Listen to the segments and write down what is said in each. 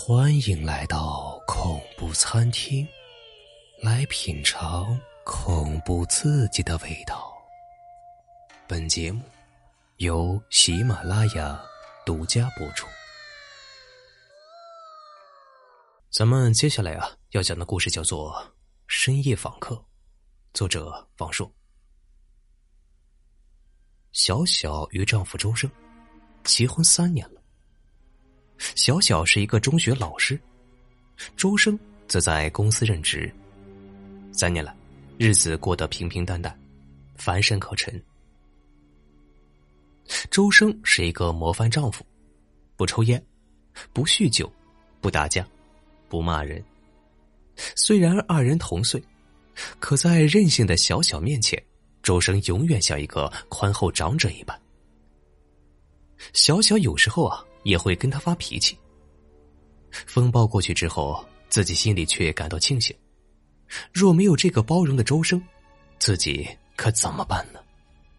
欢迎来到恐怖餐厅，来品尝恐怖刺激的味道。本节目由喜马拉雅独家播出。咱们接下来要讲的故事叫做《深夜访客》，作者王硕。小小与丈夫周生结婚3年了。小小是一个中学老师，周生则在公司任职。3年来，日子过得平平淡淡，乏善可陈。周生是一个模范丈夫，不抽烟，不酗酒，不打架，不骂人。虽然2人同岁，可在任性的小小面前，周生永远像一个宽厚长者一般。小小有时候也会跟他发脾气。风暴过去之后，自己心里却感到庆幸，若没有这个包容的周生，自己可怎么办呢？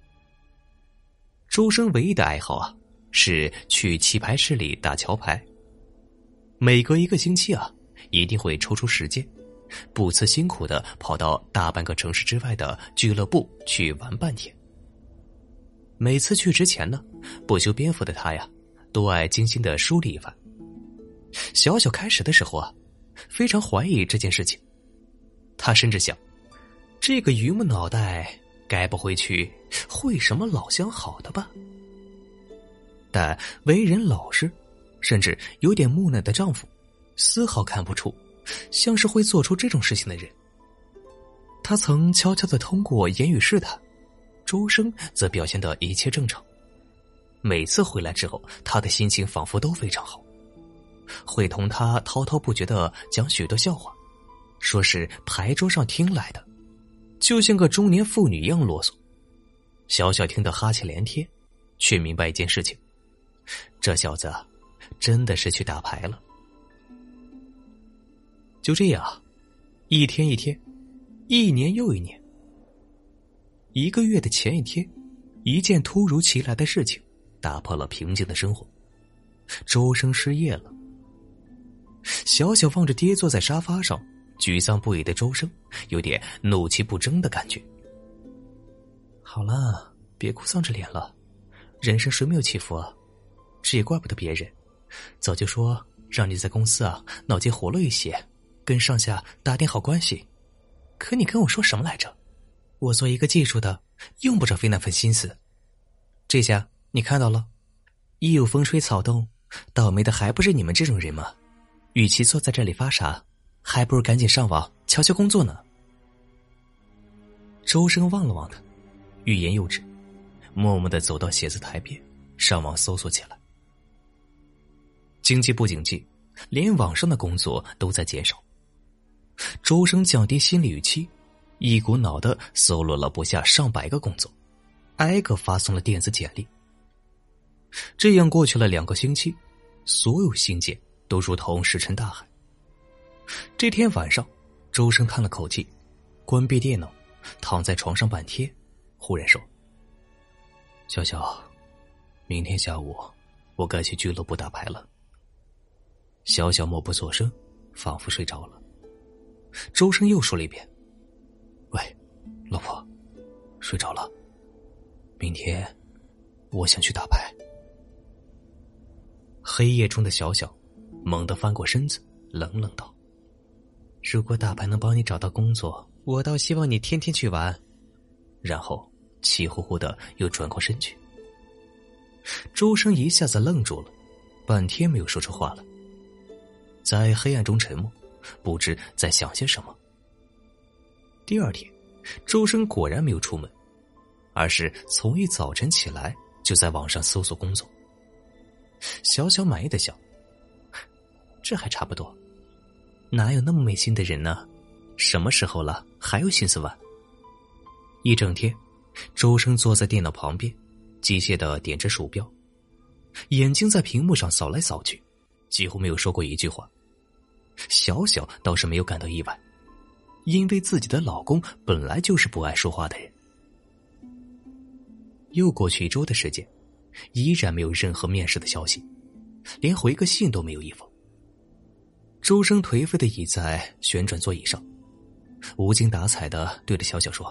周生唯一的爱好是去棋牌室里打桥牌。每隔1个星期一定会抽出时间，不辞辛苦的跑到大半个城市之外的俱乐部去玩半天。每次去之前呢，不修边幅的他都爱精心的梳理一番。小小开始的时候非常怀疑这件事情，他甚至想，这个榆木脑袋该不会去会什么老相好的吧？但为人老实，甚至有点木讷的丈夫，丝毫看不出像是会做出这种事情的人。他曾悄悄地通过言语试探，周生则表现得一切正常。每次回来之后，他的心情仿佛都非常好，会同他滔滔不绝地讲许多笑话，说是牌桌上听来的，就像个中年妇女一样啰嗦。小小听得哈欠连天，却明白一件事情，这小子真的是去打牌了。就这样，一天一天，1年又1年。1个月的前一天，一件突如其来的事情打破了平静的生活。周生失业了。小小望着跌坐在沙发上沮丧不已的周生，有点怒气不争的感觉。好了，别哭丧着脸了，人生谁没有起伏这也怪不得别人，早就说让你在公司脑筋活络一些，跟上下打点好关系。可你跟我说什么来着？我做一个技术的，用不着费那份心思。这下你看到了，一有风吹草动，倒霉的还不是你们这种人吗？与其坐在这里发傻，还不如赶紧上网瞧瞧工作呢。周生望了望他，欲言又止，默默地走到写字台边，上网搜索起来。经济不景气，连网上的工作都在减少。周生降低心理预期，一股脑地搜罗了不下上百个工作，挨个发送了电子简历。这样过去了2个星期，所有信件都如同石沉大海。这天晚上，周生叹了口气，关闭电脑，躺在床上半天，忽然说：小小，明天下午我该去俱乐部打牌了。小小默不作声，仿佛睡着了。周生又说了一遍：喂，老婆，睡着了，明天我想去打牌。黑夜中的小小猛地翻过身子，冷冷道：如果打牌能帮你找到工作，我倒希望你天天去玩。然后气呼呼的又转过身去。周生一下子愣住了，半天没有说出话来，在黑暗中沉默，不知在想些什么。第2天，周生果然没有出门，而是从一早晨起来就在网上搜索工作。小小满意的笑，这还差不多，哪有那么没心的人呢？什么时候了还有心思玩？一整天，周生坐在电脑旁边，机械地点着鼠标，眼睛在屏幕上扫来扫去，几乎没有说过一句话。小小倒是没有感到意外，因为自己的老公本来就是不爱说话的人。又过去1周的时间，依然没有任何面试的消息，连回个信都没有一封。 周生颓废地倚在旋转座椅上，无精打采地对着小小说：“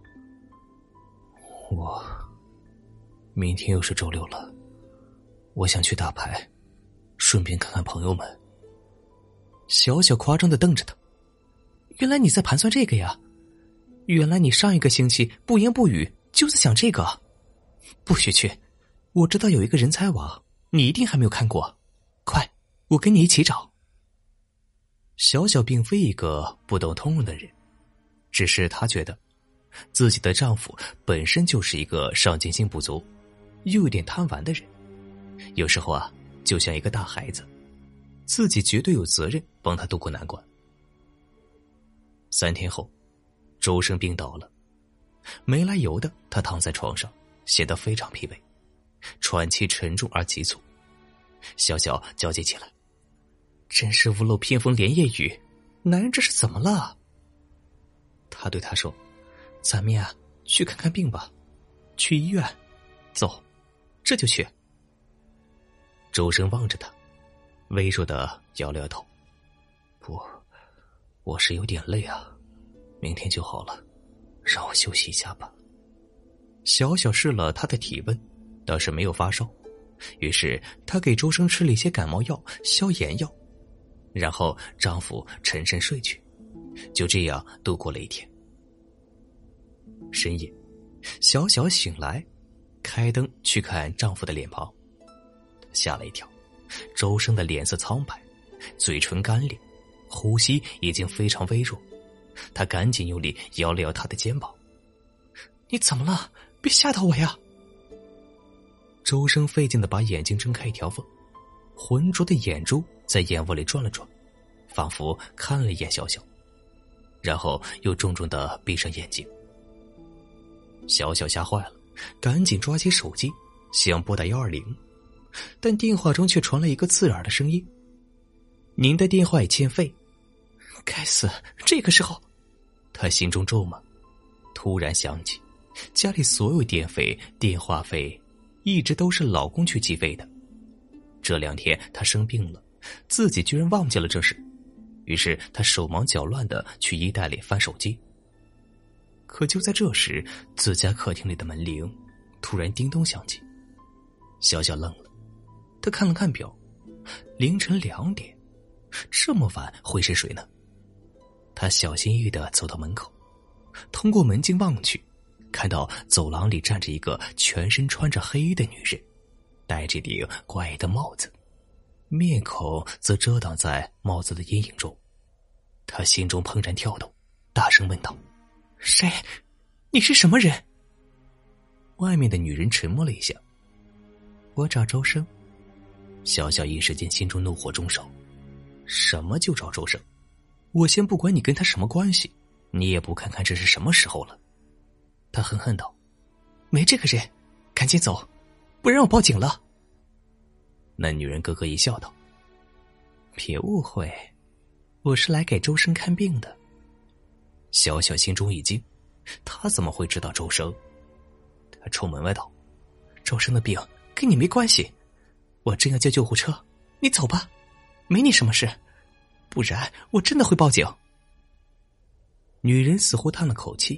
我明天又是周六了，我想去打牌，顺便看看朋友们。”小小夸张地瞪着他：“原来你在盘算这个呀？原来你上一个星期不言不语就是想这个？不许去！我知道有一个人才网，你一定还没有看过，快，我跟你一起找。”小小并非一个不懂通融的人，只是她觉得自己的丈夫本身就是一个上进心不足又有点贪玩的人，有时候啊，就像一个大孩子，自己绝对有责任帮他渡过难关。3天后，周生病倒了，没来由的他躺在床上，显得非常疲惫，喘气沉重而急促。小小焦急起来：“真是屋漏偏逢连夜雨，男人这是怎么了？”他对他说：“咱们呀，去看看病吧，去医院，走，这就去。”周生望着他，微弱的摇了摇头：“不，我是有点累啊，明天就好了，让我休息一下吧。”小小试了他的体温，倒是没有发烧，于是她给周生吃了一些感冒药、消炎药，然后丈夫沉沉睡去，就这样度过了一天。深夜，小小醒来，开灯去看丈夫的脸庞，吓了一跳，周生的脸色苍白，嘴唇干裂，呼吸已经非常微弱。她赶紧用力摇了摇他的肩膀：“你怎么了？别吓到我呀！”周生费劲地把眼睛睁开一条缝，浑浊的眼珠在眼窝里转了转，仿佛看了一眼小小，然后又重重地闭上眼睛。小小吓坏了，赶紧抓起手机想拨打120，但电话中却传来一个刺耳的声音：“您的电话已欠费。”该死，这个时候他心中咒骂，突然想起家里所有电费、电话费一直都是老公去计费的。这2天他生病了，自己居然忘记了这事，于是他手忙脚乱地去衣袋里翻手机。可就在这时，自家客厅里的门铃突然叮咚响起。小小愣了，他看了看表，凌晨2点，这么晚会是谁呢？他小心翼翼地走到门口，通过门镜望去，看到走廊里站着一个全身穿着黑衣的女人，戴着顶怪异的帽子，面孔则遮挡在帽子的阴影中。他心中怦然跳动，大声问道：“谁？你是什么人？”外面的女人沉默了一下：“我找周生。”小小一时间心中怒火中烧：“什么就找周生？我先不管你跟他什么关系，你也不看看这是什么时候了。”他狠狠道：“没这个人，赶紧走，不然我报警了。”那女人咯咯一笑道：“别误会，我是来给周生看病的。”小小心中一惊，他怎么会知道周生？他冲门外道：“周生的病跟你没关系，我正要叫救护车，你走吧，没你什么事，不然我真的会报警。”女人似乎叹了口气：“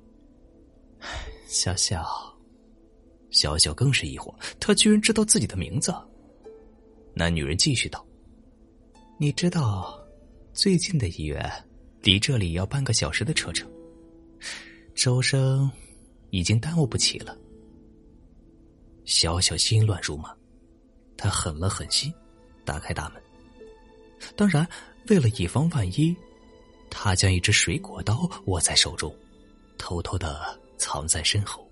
小小。”小小更是疑惑，她居然知道自己的名字。那女人继续道：“你知道最近的医院离这里要半个小时的车程，周生已经耽误不起了。”小小心乱如麻，她狠了狠心，打开大门。当然，为了以防万一，她将一只水果刀握在手中，偷偷地藏在身后。